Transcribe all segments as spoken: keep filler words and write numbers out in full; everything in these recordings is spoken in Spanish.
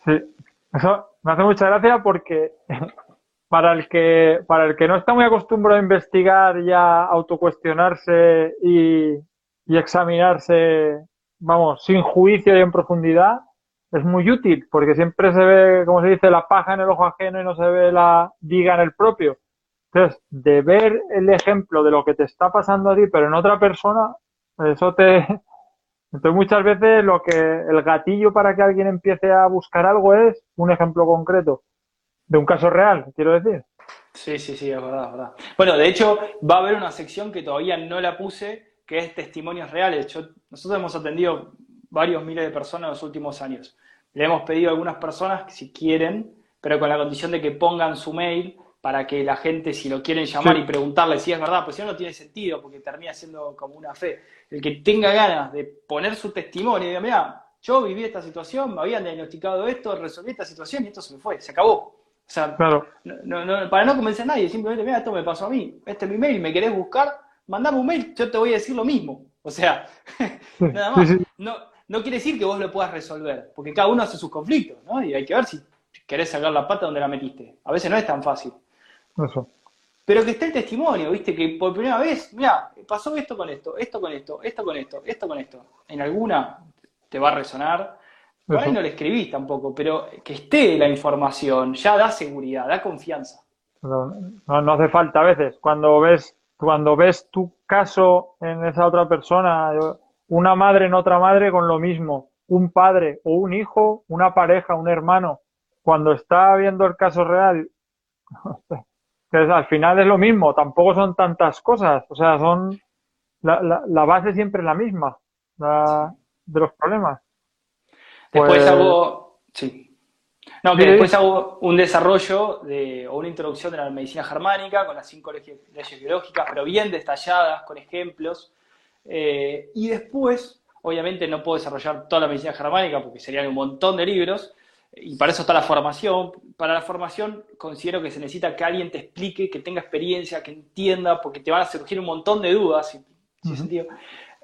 Sí, eso me hace mucha gracia porque para el que, para el que no está muy acostumbrado a investigar y a autocuestionarse y, y examinarse, vamos, sin juicio y en profundidad, es muy útil porque siempre se ve, como se dice, la paja en el ojo ajeno y no se ve la viga en el propio. Entonces, de ver el ejemplo de lo que te está pasando a ti, pero en otra persona, eso te, entonces muchas veces lo que el gatillo para que alguien empiece a buscar algo es un ejemplo concreto de un caso real, quiero decir. Sí, sí, sí, es verdad, es verdad. Bueno, de hecho, va a haber una sección que todavía no la puse, que es testimonios reales. Yo- nosotros hemos atendido varios miles de personas en los últimos años. Le hemos pedido a algunas personas que si quieren, pero con la condición de que pongan su mail para que la gente, si lo quieren Sí, llamar y preguntarle si es verdad, pues si no, no tiene sentido, porque termina siendo como una fe. El que tenga ganas de poner su testimonio y diga, mira, yo viví esta situación, me habían diagnosticado esto, resolví esta situación y esto se me fue, se acabó. O sea, claro, no, no, para no convencer a nadie, simplemente, mira, esto me pasó a mí, este es mi mail, me querés buscar, mandame un mail, yo te voy a decir lo mismo. O sea, sí, nada sí, más. sí, No, no quiere decir que vos lo puedas resolver, porque cada uno hace sus conflictos, ¿no? Y hay que ver si querés sacar la pata donde la metiste. A veces no es tan fácil. eso, Pero que esté el testimonio, ¿viste? Que por primera vez, mira, pasó esto con esto, esto con esto, esto con esto, esto con esto. En alguna te va a resonar. Por ahí no eso. le escribís tampoco, pero que esté la información ya da seguridad, da confianza. No, no, no hace falta a veces. Cuando ves, cuando ves tu caso en esa otra persona, yo- una madre en otra madre con lo mismo, un padre o un hijo, una pareja, un hermano, cuando está viendo el caso real, que es- al final es lo mismo, tampoco son tantas cosas, o sea, son la, la, la base siempre es la misma, la, de los problemas. Después Pues, hago, sí. No, que dile, después dile. hago un desarrollo de, o una introducción de la medicina germánica con las cinco leyes, leyes biológicas, pero bien detalladas, con ejemplos. Eh, y después, obviamente, no puedo desarrollar toda la medicina germánica porque serían un montón de libros, y para eso está la formación. Para la formación considero que se necesita que alguien te explique, que tenga experiencia, que entienda, porque te van a surgir un montón de dudas, si, si es Ujú. sentido.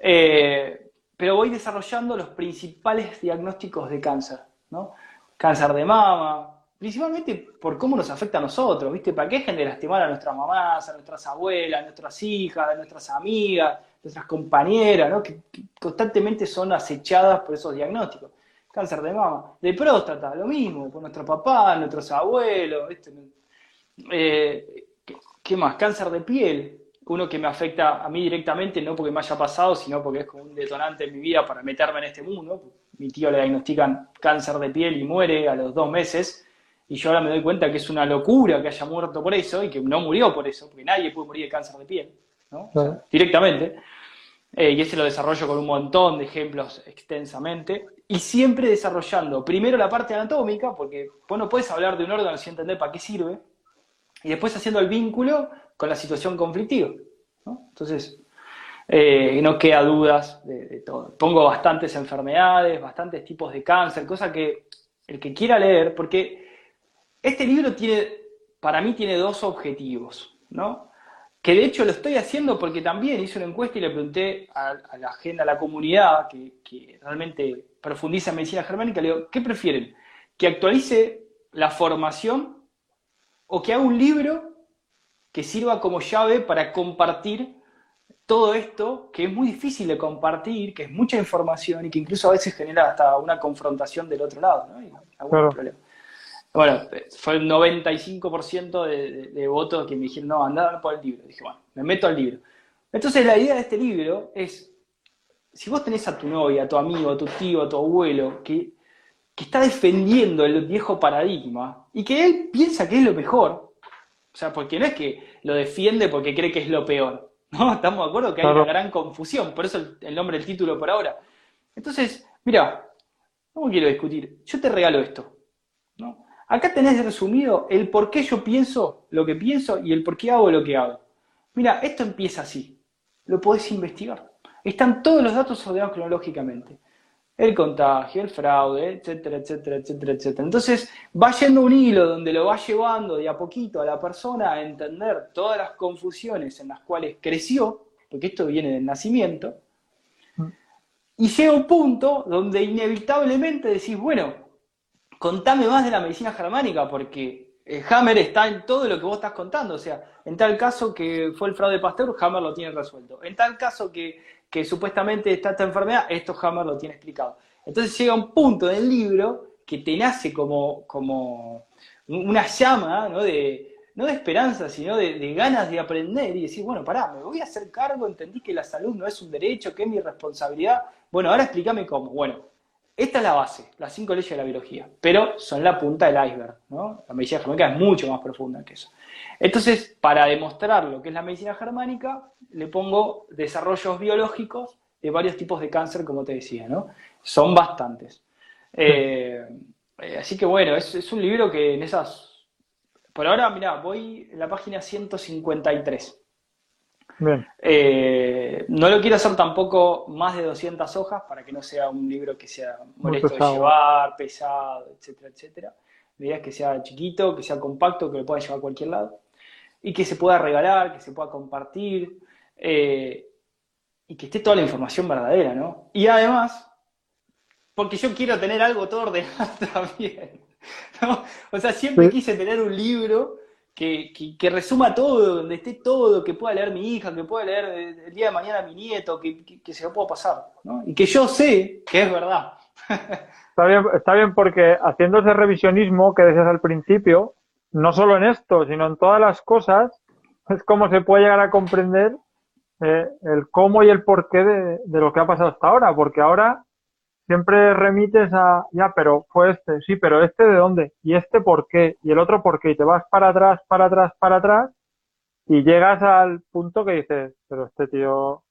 Eh, pero voy desarrollando los principales diagnósticos de cáncer, ¿no? Cáncer de mama, principalmente por cómo nos afecta a nosotros, ¿viste? ¿Para qué dejen de lastimar a nuestras mamás, a nuestras abuelas, a nuestras hijas, a nuestras amigas, nuestras compañeras, ¿no? Que, que constantemente son acechadas por esos diagnósticos. Cáncer de mama, de próstata, lo mismo, por nuestros papás, nuestros abuelos, ¿viste? Eh, ¿qué, ¿Qué más? Cáncer de piel, uno que me afecta a mí directamente, no porque me haya pasado, sino porque es como un detonante en mi vida para meterme en este mundo. Mi tío le diagnostican cáncer de piel y muere a los dos meses, y yo ahora me doy cuenta que es una locura que haya muerto por eso y que no murió por eso, porque nadie puede morir de cáncer de piel, ¿no? O sea, Claro. directamente. Eh, y ese lo desarrollo con un montón de ejemplos extensamente, y siempre desarrollando primero la parte anatómica, porque vos no puedes hablar de un órgano sin entender para qué sirve, y después haciendo el vínculo con la situación conflictiva, ¿no? Entonces, eh, no queda dudas de, de todo. Pongo bastantes enfermedades, bastantes tipos de cáncer, cosa que el que quiera leer, porque este libro tiene, para mí tiene dos objetivos, ¿no? Que de hecho lo estoy haciendo porque también hice una encuesta y le pregunté a, a la gente, a la comunidad que, que realmente profundiza en medicina germánica, le digo, ¿qué prefieren? ¿Que actualice la formación o que haga un libro que sirva como llave para compartir todo esto, que es muy difícil de compartir, que es mucha información y que incluso a veces genera hasta una confrontación del otro lado, ¿no? Y algunos Claro. problemas. Bueno, fue el noventa y cinco por ciento de, de, de votos que me dijeron, no, andá por el libro. Dije, bueno, me meto al libro. Entonces la idea de este libro es, si vos tenés a tu novia, a tu amigo, a tu tío, a tu abuelo, que, que está defendiendo el viejo paradigma y que él piensa que es lo mejor, o sea, porque no es que lo defiende porque cree que es lo peor. ¿No? Estamos de acuerdo que hay una Claro. gran confusión, por eso el, el nombre del título por ahora. Entonces, mira, no quiero discutir, yo te regalo esto, ¿no? Acá tenés resumido el por qué yo pienso lo que pienso y el por qué hago lo que hago. Mira, esto empieza así, lo podés investigar. Están todos los datos ordenados cronológicamente, el contagio, el fraude, etcétera, etcétera, etcétera, etcétera. Entonces va yendo un hilo donde lo va llevando de a poquito a la persona a entender todas las confusiones en las cuales creció, porque esto viene del nacimiento, Mm. y llega un punto donde inevitablemente decís, bueno, contame más de la medicina germánica, porque eh, Hammer está en todo lo que vos estás contando. O sea, en tal caso que fue el fraude de Pasteur, Hammer lo tiene resuelto. En tal caso que, que supuestamente está esta enfermedad, esto Hammer lo tiene explicado. Entonces llega un punto del libro que te nace como, como una llama, ¿no? De, no de esperanza, sino de, de ganas de aprender y decir, bueno, pará, me voy a hacer cargo, entendí que la salud no es un derecho, que es mi responsabilidad. Bueno, ahora explícame cómo. Bueno, esta es la base, las cinco leyes de la biología, pero son la punta del iceberg, ¿no? La medicina germánica es mucho más profunda que eso. Entonces, para demostrar lo que es la medicina germánica, le pongo desarrollos biológicos de varios tipos de cáncer, como te decía, ¿no? Son bastantes. Eh, eh, así que bueno, es, es un libro que en esas... Por ahora, mirá, voy en la página ciento cincuenta y tres. Bien. Eh, no lo quiero hacer tampoco más de doscientas hojas para que no sea un libro que sea molesto de llevar, pesado, etcétera, etcétera. La idea es que sea chiquito, que sea compacto, que lo pueda llevar a cualquier lado y que se pueda regalar, que se pueda compartir eh, y que esté toda la información verdadera, ¿no? Y además, porque yo quiero tener algo todo ordenado también, ¿no? O sea, siempre Sí. quise tener un libro Que, que, que resuma todo, donde esté todo, que pueda leer mi hija, que pueda leer el día de mañana mi nieto, que, que, que se lo pueda pasar, ¿no? Y que yo sé que es verdad. Está bien, está bien porque haciendo ese revisionismo que decías al principio, no solo en esto, sino en todas las cosas, es como se puede llegar a comprender eh, el cómo y el porqué de, de lo que ha pasado hasta ahora, porque ahora siempre remites a, ya, pero fue este, sí, pero este de dónde, y este por qué, y el otro por qué, y te vas para atrás, para atrás, para atrás, y llegas al punto que dices, pero este tío,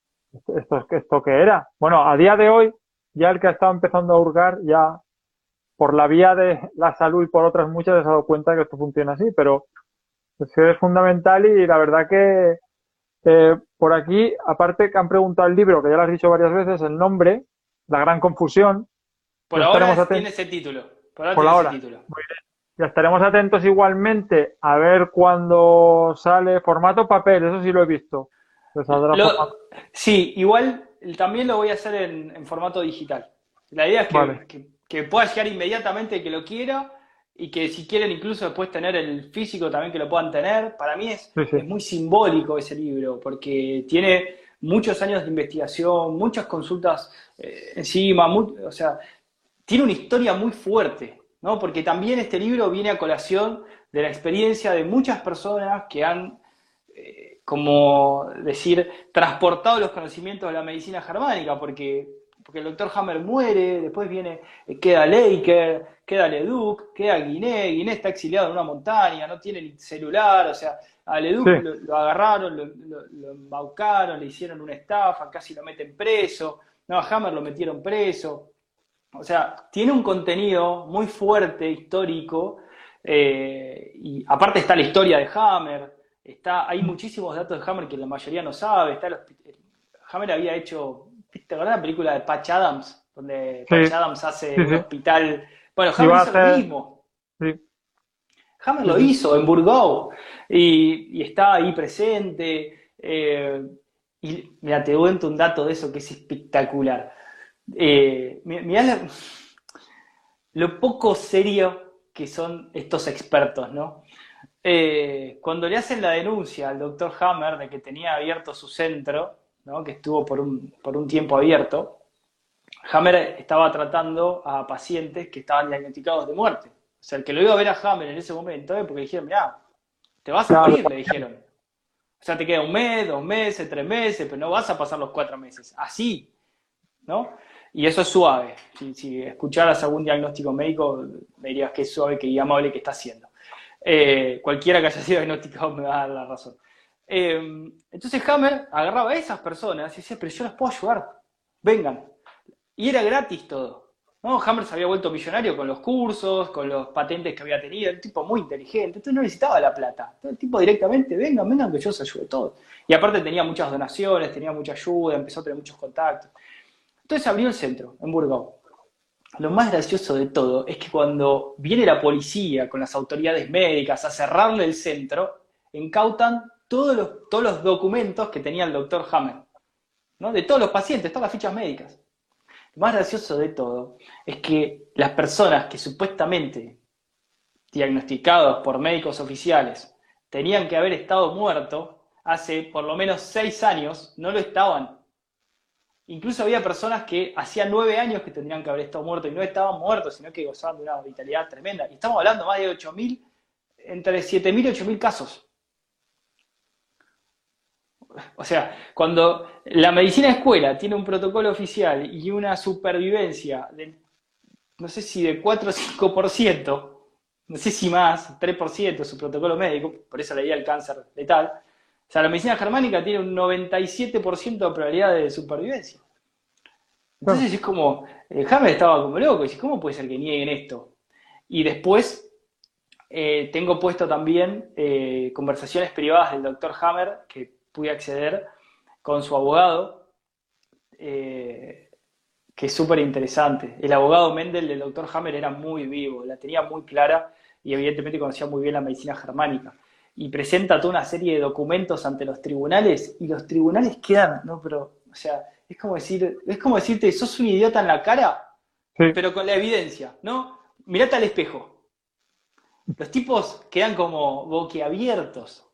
esto, esto qué era. Bueno, a día de hoy, ya el que ha estado empezando a hurgar, ya por la vía de la salud y por otras muchas, se ha dado cuenta que esto funciona así, pero es que es fundamental y la verdad que eh, por aquí, aparte que han preguntado el libro, que ya lo has dicho varias veces, el nombre, La Gran Confusión, Por ya ahora estaremos es- tiene atentos, ese título. Por ahora por tiene ese ahora, título. muy bien. Ya estaremos atentos igualmente a ver cuando sale formato papel, eso sí lo he visto, que saldrá formato. Lo, sí, igual también lo voy a hacer en, en formato digital. La idea es Vale, que, que, que pueda llegar inmediatamente el que lo quiera y que si quieren incluso después tener el físico también que lo puedan tener. Para mí es, sí, es sí. muy simbólico ese libro porque tiene muchos años de investigación, muchas consultas eh, encima, mu- o sea, tiene una historia muy fuerte, ¿no? Porque también este libro viene a colación de la experiencia de muchas personas que han eh, como decir, transportado los conocimientos de la medicina germánica, porque, porque el doctor Hammer muere, después viene, eh, queda Leiker, queda Leduc, queda Guiné, Guiné está exiliado en una montaña, no tiene ni celular, o sea, a Sí, Leduc lo, lo agarraron, lo, lo, lo embaucaron, le hicieron una estafa, casi lo meten preso, no, a Hammer lo metieron preso, o sea, tiene un contenido muy fuerte, histórico, eh, y aparte está la historia de Hammer, está, hay muchísimos datos de Hammer que la mayoría no sabe, está el hospi- Hammer había hecho, ¿te acordás la película de Patch Adams? Donde sí, Patch Adams hace sí, un sí. hospital, bueno, Y Hammer va a hizo lo hacer, mismo, sí, Hammer sí, lo sí. hizo en Burgos y, y está ahí presente, eh, y mira, te cuento un dato de eso que es espectacular. Eh, mi- mirá la- lo poco serio que son estos expertos, ¿no? Eh, cuando le hacen la denuncia al doctor Hammer de que tenía abierto su centro, ¿no? Que estuvo por un, por un tiempo abierto, Hammer estaba tratando a pacientes que estaban diagnosticados de muerte. O sea, el que lo iba a ver a Hammer en ese momento, ¿eh? Porque le dijeron, mirá, te vas a Claro, morir, le dijeron. O sea, te queda un mes, dos meses, tres meses, pero no vas a pasar los cuatro meses. Así, ¿no? Y eso es suave. Si, si escucharas algún diagnóstico médico, me dirías que es suave que y amable que está haciendo. Eh, cualquiera que haya sido diagnosticado me va a dar la razón. Eh, entonces Hammer agarraba a esas personas y decía, pero yo las puedo ayudar, vengan. Y era gratis todo. ¿No? Hammer se había vuelto millonario con los cursos, con los patentes que había tenido, un tipo muy inteligente, entonces no necesitaba la plata. Entonces, el tipo directamente, vengan, vengan que yo os ayude todo. Y aparte tenía muchas donaciones, tenía mucha ayuda, empezó a tener muchos contactos. Entonces abrió el centro, en Burgos. Lo más gracioso de todo es que cuando viene la policía con las autoridades médicas a cerrarle el centro, incautan todos los, todos los documentos que tenía el doctor Hammer, ¿no? De todos los pacientes, todas las fichas médicas. Lo más gracioso de todo es que las personas que supuestamente diagnosticados por médicos oficiales tenían que haber estado muertos hace por lo menos seis años, no lo estaban. Incluso había personas que hacían nueve años que tendrían que haber estado muertos y no estaban muertos, sino que gozaban de una vitalidad tremenda. Y estamos hablando más de ocho mil, entre siete mil y ocho mil casos. O sea, cuando la medicina escuela tiene un protocolo oficial y una supervivencia del, no sé si de cuatro o cinco por ciento, no sé si más, tres por ciento su protocolo médico, por eso leía el cáncer letal. O sea, la medicina germánica tiene un noventa y siete por ciento de probabilidad de supervivencia. Claro. Entonces es como, eh, Hammer estaba como loco, y dice, ¿cómo puede ser que nieguen esto? Y después eh, tengo puesto también eh, conversaciones privadas del doctor Hammer, que pude acceder con su abogado, eh, que es súper interesante. El abogado Mendel del doctor Hammer era muy vivo, la tenía muy clara y evidentemente conocía muy bien la medicina germánica. Y presenta toda una serie de documentos ante los tribunales y los tribunales quedan, no, pero, o sea, es como decir, es como decirte, sos un idiota en la cara, Sí. pero con la evidencia, ¿no? Mirate al espejo. Los tipos quedan como boquiabiertos.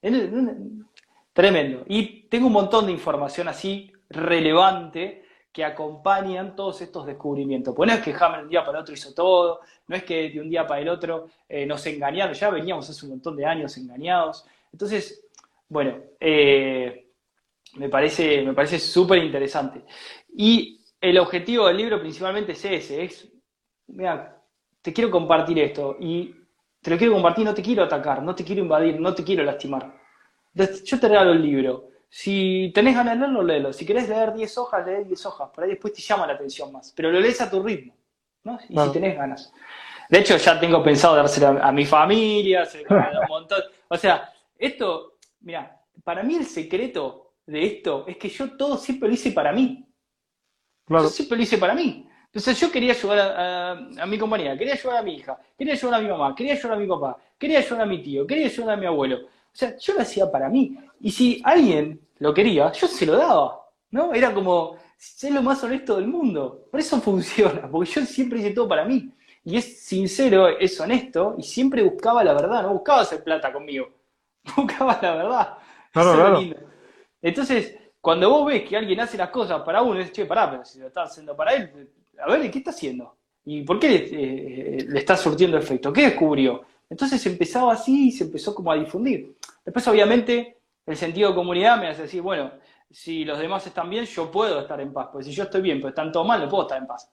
Tremendo. Y tengo un montón de información así relevante que acompañan todos estos descubrimientos. Pues no es que Hammer de un día para el otro hizo todo, no es que de un día para el otro eh, nos engañaron, ya veníamos hace un montón de años engañados. Entonces, bueno, eh, me parece, me parece súper interesante. Y el objetivo del libro principalmente es ese, es, mira, te quiero compartir esto y te lo quiero compartir, no te quiero atacar, no te quiero invadir, no te quiero lastimar. Entonces, yo te regalo el libro. Si tenés ganas de leerlo, léelo. Si querés leer diez hojas, lees diez hojas. Por ahí después te llama la atención más. Pero lo lees a tu ritmo, ¿no? Y si Claro. tenés ganas. De hecho, ya tengo pensado dárselo a, a mi familia, a un montón. O sea, esto, mira, para mí el secreto de esto es que yo todo siempre lo hice para mí. Yo Claro. siempre lo hice para mí. Entonces yo quería ayudar a, a, a mi compañera, quería ayudar a mi hija, quería ayudar a mi mamá, quería ayudar a mi papá, quería ayudar a mi tío, quería ayudar a mi abuelo. O sea, yo lo hacía para mí. Y si alguien lo quería, yo se lo daba. ¿No? Era como ser lo más honesto del mundo. Por eso funciona, porque yo siempre hice todo para mí. Y es sincero, es honesto, y siempre buscaba la verdad, no buscaba hacer plata conmigo. Buscaba la verdad. Claro, Eso es lo claro. lindo. Entonces, cuando vos ves que alguien hace las cosas para uno, es, che, pará, pero si lo está haciendo para él, a ver, ¿qué está haciendo? ¿Y por qué eh, le está surtiendo efecto? ¿Qué descubrió? Entonces empezaba así y se empezó como a difundir. Después, obviamente, el sentido de comunidad me hace decir, bueno, si los demás están bien, yo puedo estar en paz. Porque si yo estoy bien, pero están todos mal, no puedo estar en paz.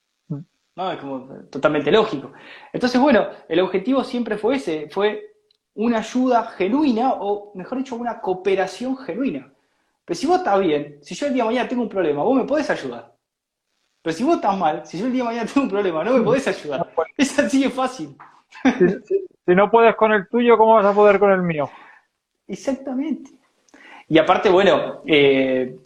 ¿No? Es como totalmente lógico. Entonces, bueno, el objetivo siempre fue ese, fue una ayuda genuina, o mejor dicho, una cooperación genuina. Pero si vos estás bien, si yo el día de mañana tengo un problema, vos me podés ayudar. Pero si vos estás mal, si yo el día de mañana tengo un problema, no me podés No, ayudar. pues, Es así de fácil. si, si- si no puedes con el tuyo, ¿cómo vas a poder con el mío? Exactamente. Y aparte, bueno, eh,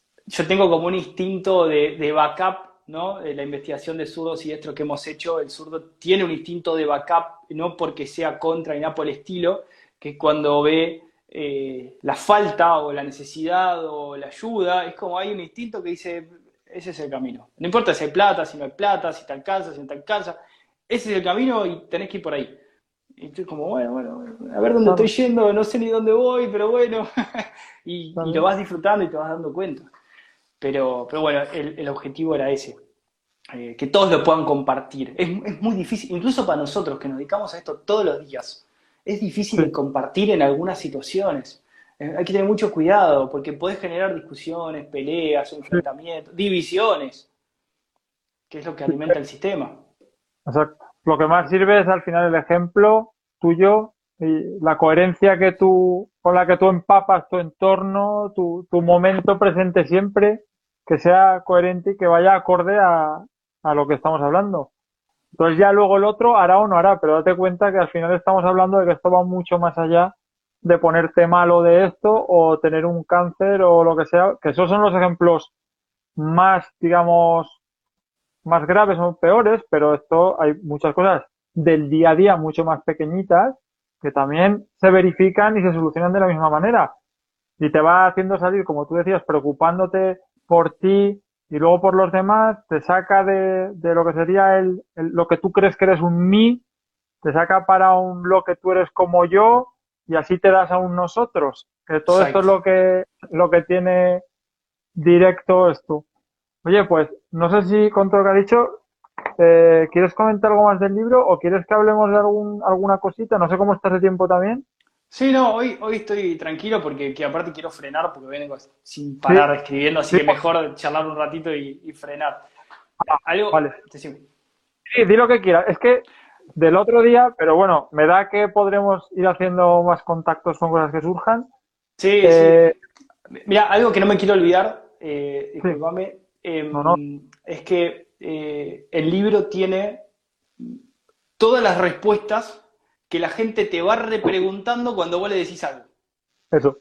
yo tengo como un instinto de, de backup, ¿no? De la investigación de zurdos y diestros que hemos hecho, el zurdo tiene un instinto de backup, no porque sea contra ni nada por el estilo, que cuando ve eh, la falta o la necesidad o la ayuda, es como hay un instinto que dice, ese es el camino. No importa si hay plata, si no hay plata, si te alcanza, si no te alcanza, ese es el camino y tenés que ir por ahí. Y estoy como, bueno, bueno, a ver dónde estoy Claro, yendo, no sé ni dónde voy, pero bueno. y, y lo claro. vas disfrutando y te vas dando cuenta. Pero, pero bueno, el, el objetivo era ese, eh, que todos lo puedan compartir. Es, es muy difícil, incluso para nosotros que nos dedicamos a esto todos los días, es difícil Sí, de compartir en algunas situaciones. Eh, hay que tener mucho cuidado porque podés generar discusiones, peleas, sí. enfrentamientos, divisiones, que es lo que Sí. alimenta el sistema. O sea, lo que más sirve es al final el ejemplo tuyo y la coherencia que tú, con la que tú empapas tu entorno, tu, tu momento presente siempre, que sea coherente y que vaya acorde a, a lo que estamos hablando. Entonces ya luego el otro hará o no hará, pero date cuenta que al final estamos hablando de que esto va mucho más allá de ponerte malo de esto o tener un cáncer o lo que sea, que esos son los ejemplos más, digamos, más graves o peores, pero esto hay muchas cosas del día a día mucho más pequeñitas que también se verifican y se solucionan de la misma manera. Y te va haciendo salir, como tú decías, preocupándote por ti y luego por los demás te saca de, de lo que sería el, el- lo que tú crees que eres un mí, te saca para un lo que tú eres como yo y así te das a un nosotros. Que todo esto es Exacto. lo que, lo que tiene directo esto. Oye, pues no sé si con todo lo que has dicho, eh, ¿quieres comentar algo más del libro o quieres que hablemos de algún, alguna cosita? No sé cómo estás de tiempo también. Sí, no, hoy, hoy estoy tranquilo porque que aparte quiero frenar porque vengo sin Sí, parar escribiendo, así sí, que pues, mejor charlar un ratito y, y frenar. ah, Algo, vale. decime. Sí, di lo que quieras. Es que del otro día, pero bueno, me da que podremos ir haciendo más contactos con cosas que surjan. Sí, sí. Eh, Mira, algo que no me quiero olvidar, eh, sí, discúlpame, no, no, eh, es que eh, el libro tiene todas las respuestas que la gente te va repreguntando cuando vos le decís algo. eso.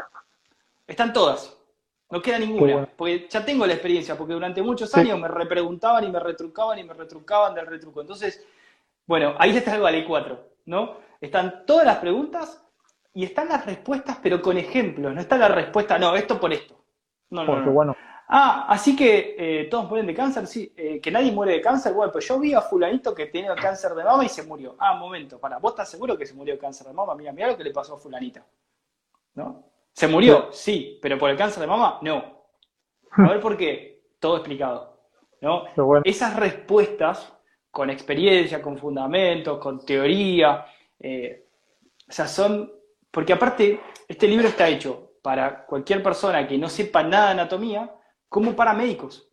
Están todas, no queda Qué ninguna, bueno. porque ya tengo la experiencia, porque durante muchos Sí, años me repreguntaban y me retrucaban y me retrucaban del retruco. Entonces, bueno, ahí está el Vale cuatro, ¿no? Están todas las preguntas y están las respuestas, pero con ejemplos. No está la respuesta, no, esto por esto. No, no, joder, qué no. bueno. Ah, así que eh, todos mueren de cáncer, sí. Eh, que nadie muere de cáncer, bueno, pues yo vi a fulanito que tenía cáncer de mama y se murió. Ah, un momento, para, ¿vos estás seguro que se murió de cáncer de mama? Mira, mira lo que le pasó a fulanita, ¿no? ¿Se Sí, murió? Sí, pero por el cáncer de mama, no. A ver por qué. Todo explicado. ¿No? qué bueno. Esas respuestas, con experiencia, con fundamentos, con teoría, eh, o sea, son. Porque aparte, este libro está hecho para cualquier persona que no sepa nada de anatomía, como para médicos.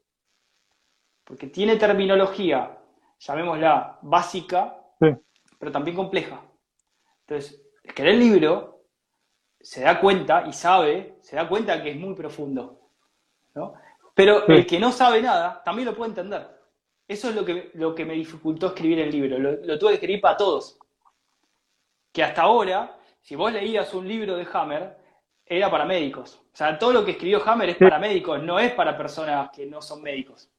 Porque tiene terminología, llamémosla básica, Sí, pero también compleja. Entonces, el que lee el libro se da cuenta y sabe, se da cuenta que es muy profundo, ¿no? Pero sí, el que no sabe nada también lo puede entender. Eso es lo que, lo que me dificultó escribir el libro. Lo, lo tuve que escribir para todos. Que hasta ahora, si vos leías un libro de Hammer, era para médicos. O sea, todo lo que escribió Hammer es sí, para médicos, no es para personas que no son médicos.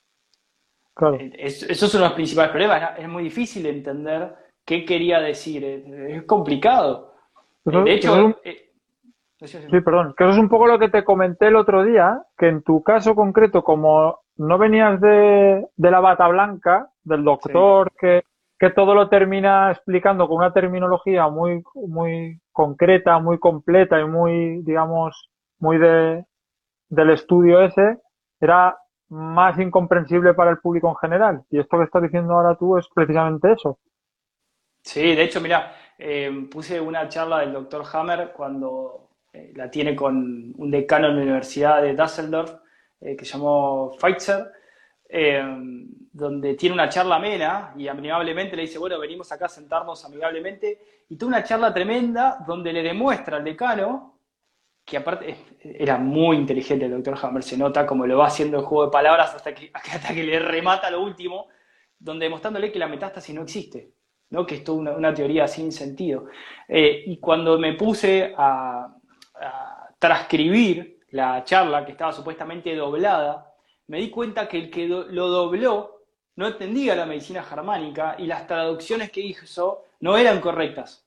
claro. Eh, Es, esos son los principales problemas. Es muy difícil entender qué quería decir. Es, es complicado. Eh, de Eso, eso es un, hecho, eh, sí, perdón, que eso es un poco lo que te comenté el otro día, que en tu caso concreto, como no venías de, de la bata blanca, del sí. doctor, que, que todo lo termina explicando con una terminología muy, muy concreta, muy completa y muy, digamos, muy de, del estudio ese, era más incomprensible para el público en general. Y esto que estás diciendo ahora tú es precisamente eso. Sí, de hecho, mira, eh, puse una charla del doctor Hammer cuando eh, la tiene con un decano en la Universidad de Düsseldorf, eh, que se llamó Feitzer, eh, donde tiene una charla amena y amigablemente le dice, bueno, venimos acá a sentarnos amigablemente, y tuvo una charla tremenda donde le demuestra al decano, que aparte eh, era muy inteligente el doctor Hammer, se nota como lo va haciendo el juego de palabras hasta que, hasta que le remata lo último, donde demostrándole que la metástasis no existe, ¿no? Que es toda una, una teoría sin sentido. Eh, y cuando me puse a, a transcribir la charla, que estaba supuestamente doblada, me di cuenta que el que do, lo dobló no entendía la medicina germánica y las traducciones que hizo no eran correctas,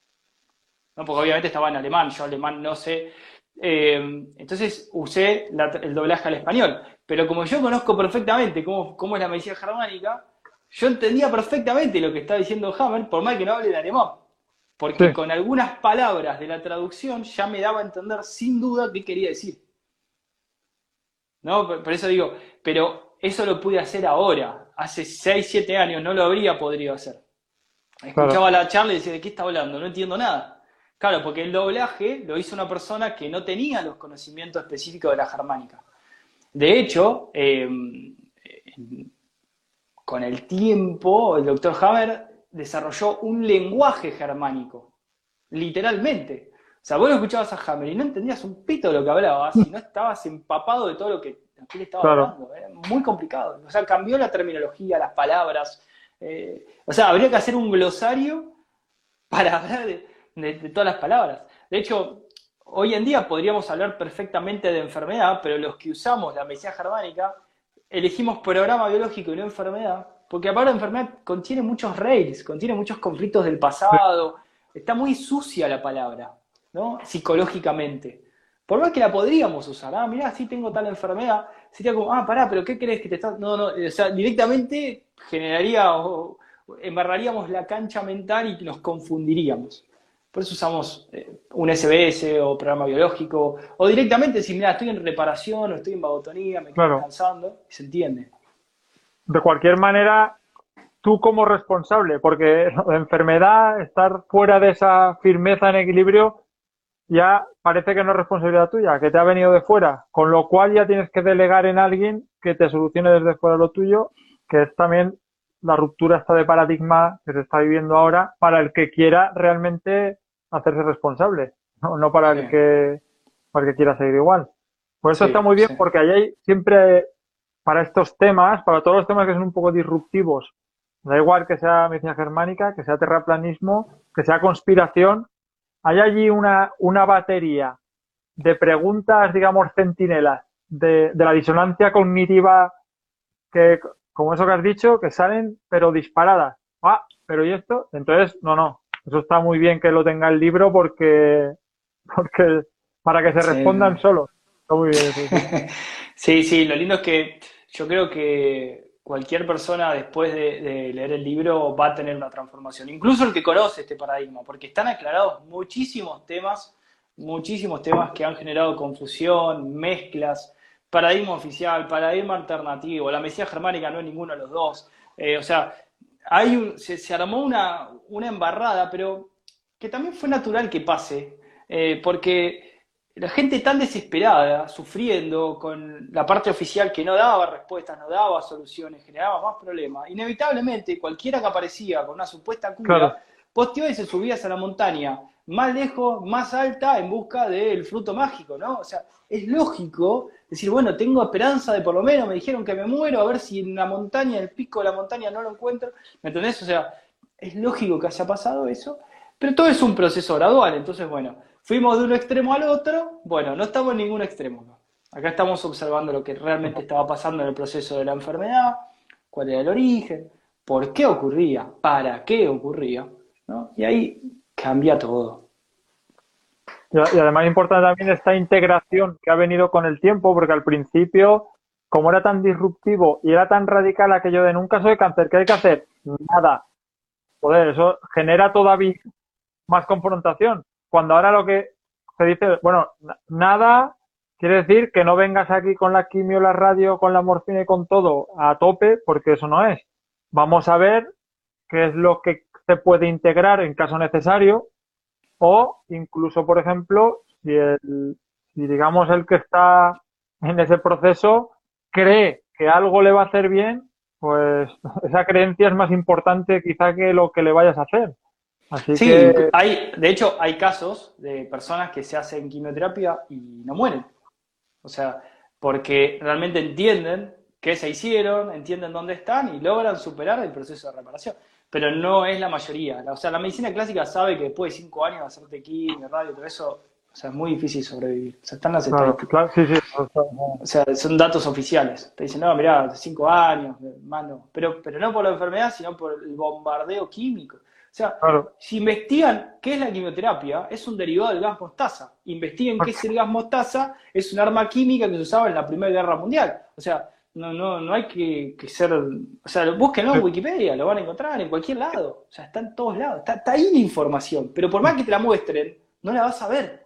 ¿no? Porque obviamente estaba en alemán, yo alemán no sé. Eh, entonces usé la, el doblaje al español. Pero como yo conozco perfectamente cómo, cómo es la medicina germánica, yo entendía perfectamente lo que estaba diciendo Hammer, por mal que no hable en alemán. Sí, Porque con algunas palabras de la traducción ya me daba a entender sin duda qué quería decir. ¿No? Por, por eso digo, pero eso lo pude hacer ahora. Hace seis siete años no lo habría podido hacer. claro, Escuchaba la charla y decía, ¿de qué está hablando? No entiendo nada. Claro, porque el doblaje lo hizo una persona que no tenía los conocimientos específicos de la germánica. De hecho, eh, con el tiempo, el doctor Hammer desarrolló un lenguaje germánico, literalmente. O sea, vos lo escuchabas a Hammer y no entendías un pito de lo que hablaba si no estabas empapado de todo lo que, lo que él estaba claro. hablando. Era muy complicado. O sea, cambió la terminología, las palabras. Eh, o sea, habría que hacer un glosario para hablar de, de, de todas las palabras. De hecho, hoy en día podríamos hablar perfectamente de enfermedad, pero los que usamos la medicina germánica elegimos programa biológico y no enfermedad, porque aparte la enfermedad contiene muchos rails, contiene muchos conflictos del Sí, pasado, está muy sucia la palabra, ¿no? Psicológicamente. Por más que la podríamos usar, ah, mirá, sí tengo tal enfermedad, sería como, ah, pará, pero ¿qué crees que te estás...? No, no, o sea, directamente generaría, o, embarraríamos la cancha mental y nos confundiríamos. Por eso usamos eh, un S B S o programa biológico, o directamente si, mira, estoy en reparación o estoy en vagotonía, me quedo Claro. descansando, y se entiende. De cualquier manera, tú como responsable, porque la enfermedad, estar fuera de esa firmeza en equilibrio, ya parece que no es responsabilidad tuya, que te ha venido de fuera, con lo cual ya tienes que delegar en alguien que te solucione desde fuera lo tuyo, que es también la ruptura esta de paradigma que se está viviendo ahora para el que quiera realmente hacerse responsable, no, no para Sí, el que para el que quiera seguir igual. Pues esto está sí, muy bien sí. porque ahí hay siempre para estos temas, para todos los temas que son un poco disruptivos, da igual que sea medicina germánica, que sea terraplanismo, que sea conspiración, hay allí una, una batería de preguntas, digamos, centinelas de, de la disonancia cognitiva que, como eso que has dicho, que salen pero disparadas. Ah, pero ¿y esto? Entonces, no, no. Eso está muy bien que lo tenga el libro porque, porque para que se Sí, respondan solos. Está muy bien eso, sí. sí, sí, lo lindo es que yo creo que cualquier persona después de, de leer el libro va a tener una transformación, incluso el que conoce este paradigma, porque están aclarados muchísimos temas, muchísimos temas que han generado confusión, mezclas, paradigma oficial, paradigma alternativo, la Mesía germánica no es ninguno de los dos, eh, o sea, hay un- se, se armó una, una embarrada, pero que también fue natural que pase, eh, porque la gente tan desesperada, sufriendo con la parte oficial que no daba respuestas, no daba soluciones, generaba más problemas, inevitablemente cualquiera que aparecía con una supuesta Claro, cura, posteó y se subía a la montaña más lejos, más alta, en busca del fruto mágico, ¿no? O sea, es lógico decir, bueno, tengo esperanza de por lo menos, me dijeron que me muero, a ver si en la montaña, en el pico de la montaña no lo encuentro, ¿me entendés? O sea, es lógico que haya pasado eso, pero todo es un proceso gradual, entonces, bueno, fuimos de un extremo al otro, bueno, no estamos en ningún extremo, ¿no? Acá estamos observando lo que realmente estaba pasando en el proceso de la enfermedad, cuál era el origen, por qué ocurría, para qué ocurría, ¿no? Y ahí cambia todo. y, y además es importante también esta integración que ha venido con el tiempo, porque al principio, como era tan disruptivo y era tan radical aquello de en un caso de cáncer, ¿qué hay que hacer? Nada. Joder, eso genera todavía más confrontación. Cuando ahora lo que se dice, bueno, nada quiere decir que no vengas aquí con la quimio, la radio, con la morfina y con todo a tope, porque eso no es. Vamos a ver qué es lo que se puede integrar en caso necesario o incluso, por ejemplo, si, el, si digamos el que está en ese proceso cree que algo le va a hacer bien, pues esa creencia es más importante quizá que lo que le vayas a hacer. Así Sí, que, hay, de hecho, hay casos de personas que se hacen quimioterapia y no mueren. O sea, porque realmente entienden qué se hicieron, entienden dónde están y logran superar el proceso de reparación. Pero no es la mayoría. O sea, la medicina clásica sabe que después de cinco años de hacerte quimio, radio, todo eso, o sea, es muy difícil sobrevivir. O sea, están las claro, estadísticas. claro, sí, sí. O sea, son datos oficiales. Te dicen, no, mirá, cinco años, más no. Pero, pero no por la enfermedad, sino por el bombardeo químico. O sea, Claro, si investigan qué es la quimioterapia, es un derivado del gas mostaza. Investiguen qué es el gas mostaza, es un arma química que se usaba en la Primera Guerra Mundial. O sea, no, no, no hay que, que ser... O sea, búsquenlo sí, en Wikipedia, lo van a encontrar en cualquier lado. O sea, está en todos lados. Está, está ahí la información. Pero por más que te la muestren, no la vas a ver.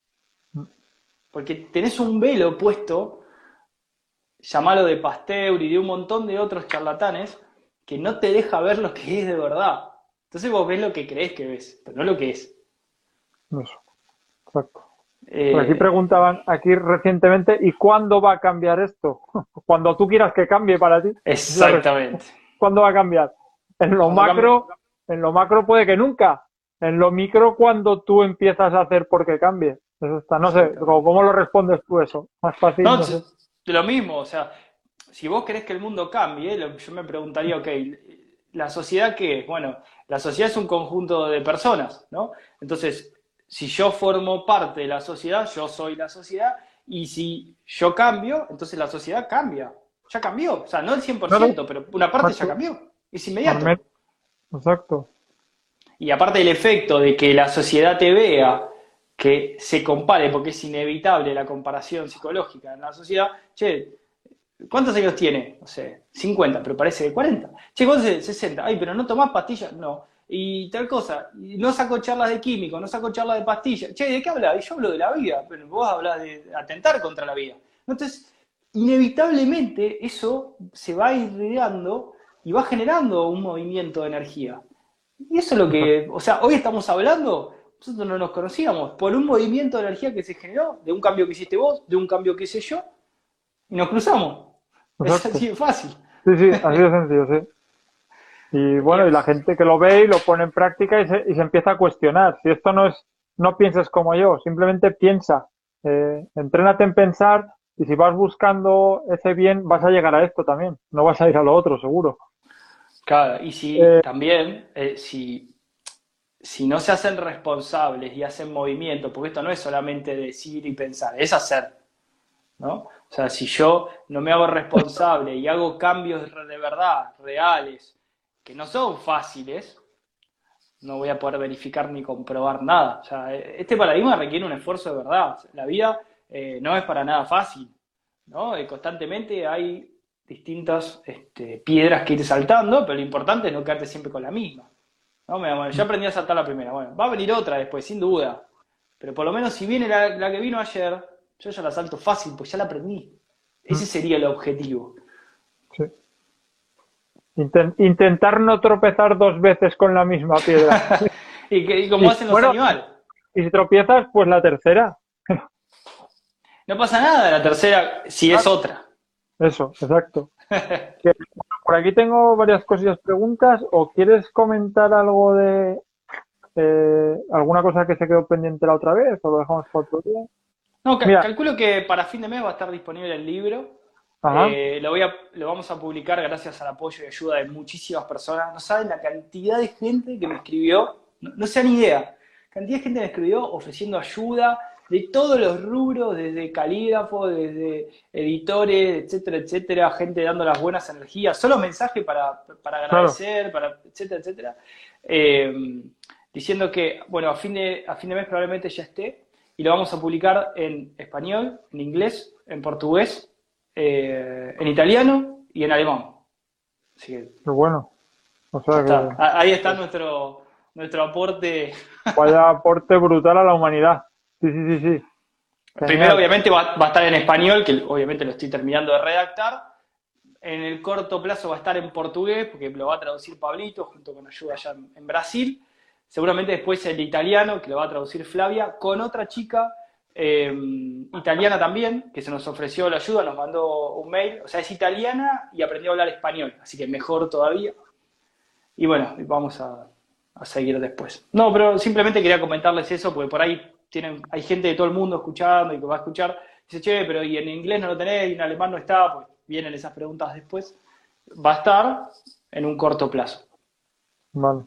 Porque tenés un velo puesto, llamalo de Pasteur y de un montón de otros charlatanes, que no te deja ver lo que es de verdad. Entonces vos ves lo que crees que ves, pero no lo que es. eso, exacto. Por aquí Eh, preguntaban, aquí recientemente, ¿y cuándo va a cambiar esto? Cuando tú quieras que cambie para ti. Es la respuesta. exactamente. ¿Cuándo va a cambiar? En lo Cuando cambie... macro, en lo macro puede que nunca. En lo micro, cuando tú empiezas a hacer porque cambie. Eso está, no sé, ¿cómo, Exactamente. cómo lo respondes tú eso? Más fácil, No, no sé. de lo mismo, o sea, si vos querés que el mundo cambie, lo- yo me preguntaría, ok, ¿la sociedad qué es? Bueno, la sociedad es un conjunto de personas, ¿no? Entonces, si yo formo parte de la sociedad, yo soy la sociedad, y si yo cambio, entonces la sociedad cambia. Ya cambió, o sea, no el cien por Claro, ciento, pero una parte ya exacto. cambió, es Al inmediato. menos, exacto. Y aparte del efecto de que la sociedad te vea que se compare, porque es inevitable la comparación psicológica en la sociedad. Che, ¿cuántos años tiene? No sé, cincuenta, pero parece de cuarenta. Che, ¿cuántos es? sesenta. Ay, pero no tomás pastillas. No. Y tal cosa. Y no saco charlas de químico, no saco charlas de pastillas. Che, ¿de qué hablas? Y yo hablo de la vida, pero vos hablas de atentar contra la vida. Entonces, inevitablemente eso se va irradiando y va generando un movimiento de energía. Y eso es lo que, o sea, hoy estamos hablando, nosotros no nos conocíamos, por un movimiento de energía que se generó, de un cambio que hiciste vos, de un cambio que hice yo, y nos cruzamos. Es Exacto. así de fácil. Sí, sí, así de sencillo, sí. Y bueno, y la gente que lo ve y lo pone en práctica y se, y se empieza a cuestionar. Si esto no es, no pienses como yo, simplemente piensa, eh, entrénate en pensar y si vas buscando ese bien, vas a llegar a esto también. No vas a ir a lo otro, seguro. Claro, y si Eh, también, eh, si, si no se hacen responsables y hacen movimiento, porque esto no es solamente decir y pensar, es hacer, ¿no? O sea, si yo no me hago responsable y hago cambios de verdad, reales, que no son fáciles, no voy a poder verificar ni comprobar nada. O sea, este paradigma requiere un esfuerzo de verdad. La vida eh, no es para nada fácil, ¿no? Y constantemente hay distintas este, piedras que ir saltando, pero lo importante es no quedarte siempre con la misma. ¿No? Bueno, yo aprendí a saltar la primera, bueno, va a venir otra después, sin duda. Pero por lo menos si viene la, la que vino ayer, yo ya la salto fácil, pues ya la aprendí. Ese sería el objetivo. sí. Inten- intentar no tropezar dos veces con la misma piedra. y, que, y como Y, hacen los bueno, animales. y si tropiezas, pues la tercera. No pasa nada la tercera si es otra. Eso, exacto. Que, por aquí tengo varias cosillas preguntas. ¿O quieres comentar algo de eh, alguna cosa que se quedó pendiente la otra vez? ¿O lo dejamos para otro día? No, ca- Mira, calculo que para fin de mes va a estar disponible el libro. ajá, Eh, lo, voy a, lo vamos a publicar gracias al apoyo y ayuda de muchísimas personas. No saben la cantidad de gente que me escribió, no, no se dan idea. Cantidad de gente me escribió ofreciendo ayuda de todos los rubros, desde calígrafos, desde editores, etcétera, etcétera, gente dando las buenas energías, solo mensajes para, para claro, agradecer, para, etcétera, etcétera. Eh, diciendo que, bueno, a fin, de, a fin de mes probablemente ya esté, y lo vamos a publicar en español, en inglés, en portugués, eh, en italiano y en alemán. Así que qué bueno. O ya sea está. que Ahí está nuestro, nuestro aporte. vaya aporte brutal a la humanidad. Sí, sí, sí, sí. Primero, Genial. obviamente, va, va a estar en español, que obviamente lo estoy terminando de redactar. En el corto plazo va a estar en portugués, porque lo va a traducir Pablito, junto con ayuda allá en, en Brasil. Seguramente después el italiano, que lo va a traducir Flavia, con otra chica eh, italiana también, que se nos ofreció la ayuda, nos mandó un mail. O sea, es italiana y aprendió a hablar español, así que mejor todavía. Y bueno, vamos a, a seguir después. No, pero simplemente quería comentarles eso, porque por ahí tienen, hay gente de todo el mundo escuchando y que va a escuchar. Dice, che, pero y en inglés no lo tenés y en alemán no está, pues vienen esas preguntas después. Va a estar en un corto plazo. Vale,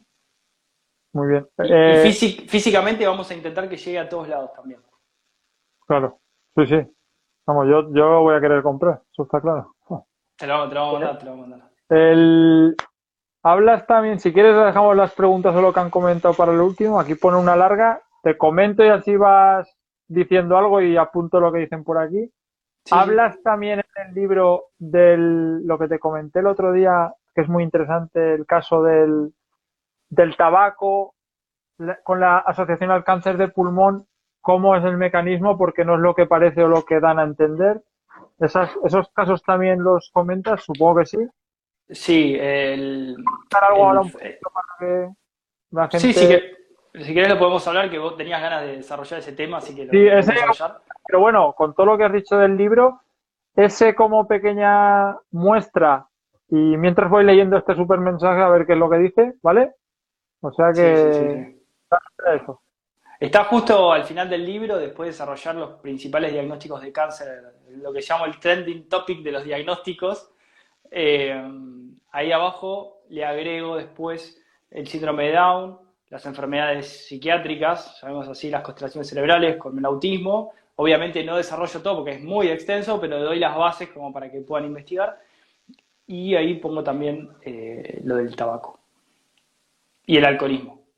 muy bien. Y, y Eh, físic, físicamente vamos a intentar que llegue a todos lados también. claro, sí, sí. Vamos, yo, yo lo voy a querer comprar, eso está claro. Te lo, te lo vamos a mandar, te lo vamos a mandar. El, hablas también, si quieres dejamos las preguntas o lo que han comentado para el último. Aquí pone una larga, te comento y así vas diciendo algo y apunto lo que dicen por aquí. Sí, sí. Hablas también en el libro de lo que te comenté el otro día, que es muy interesante, el caso del, del tabaco la- con la asociación al cáncer de pulmón, cómo es el mecanismo, porque no es lo que parece o lo que dan a entender. Esas, esos casos también los comentas, supongo que sí. Sí, el, Dar algo ahora el, un poquito para que la sí, sí gente. que, si querés lo podemos hablar, que vos tenías ganas de desarrollar ese tema, así que lo, Sí, lo ese, podemos desarrollar. pero bueno, con todo lo que has dicho del libro, ese como pequeña muestra, y mientras voy leyendo este super mensaje a ver qué es lo que dice, ¿vale? O sea Sí, sí, sí, que sí. eso. Está justo al final del libro, después de desarrollar los principales diagnósticos de cáncer, lo que llamo el trending topic de los diagnósticos. Eh, ahí abajo le agrego después el síndrome de Down, las enfermedades psiquiátricas, llamemos así, las constelaciones cerebrales, con el autismo. Obviamente no desarrollo todo porque es muy extenso, pero doy las bases como para que puedan investigar. Y ahí pongo también eh, lo del tabaco y el alcoholismo.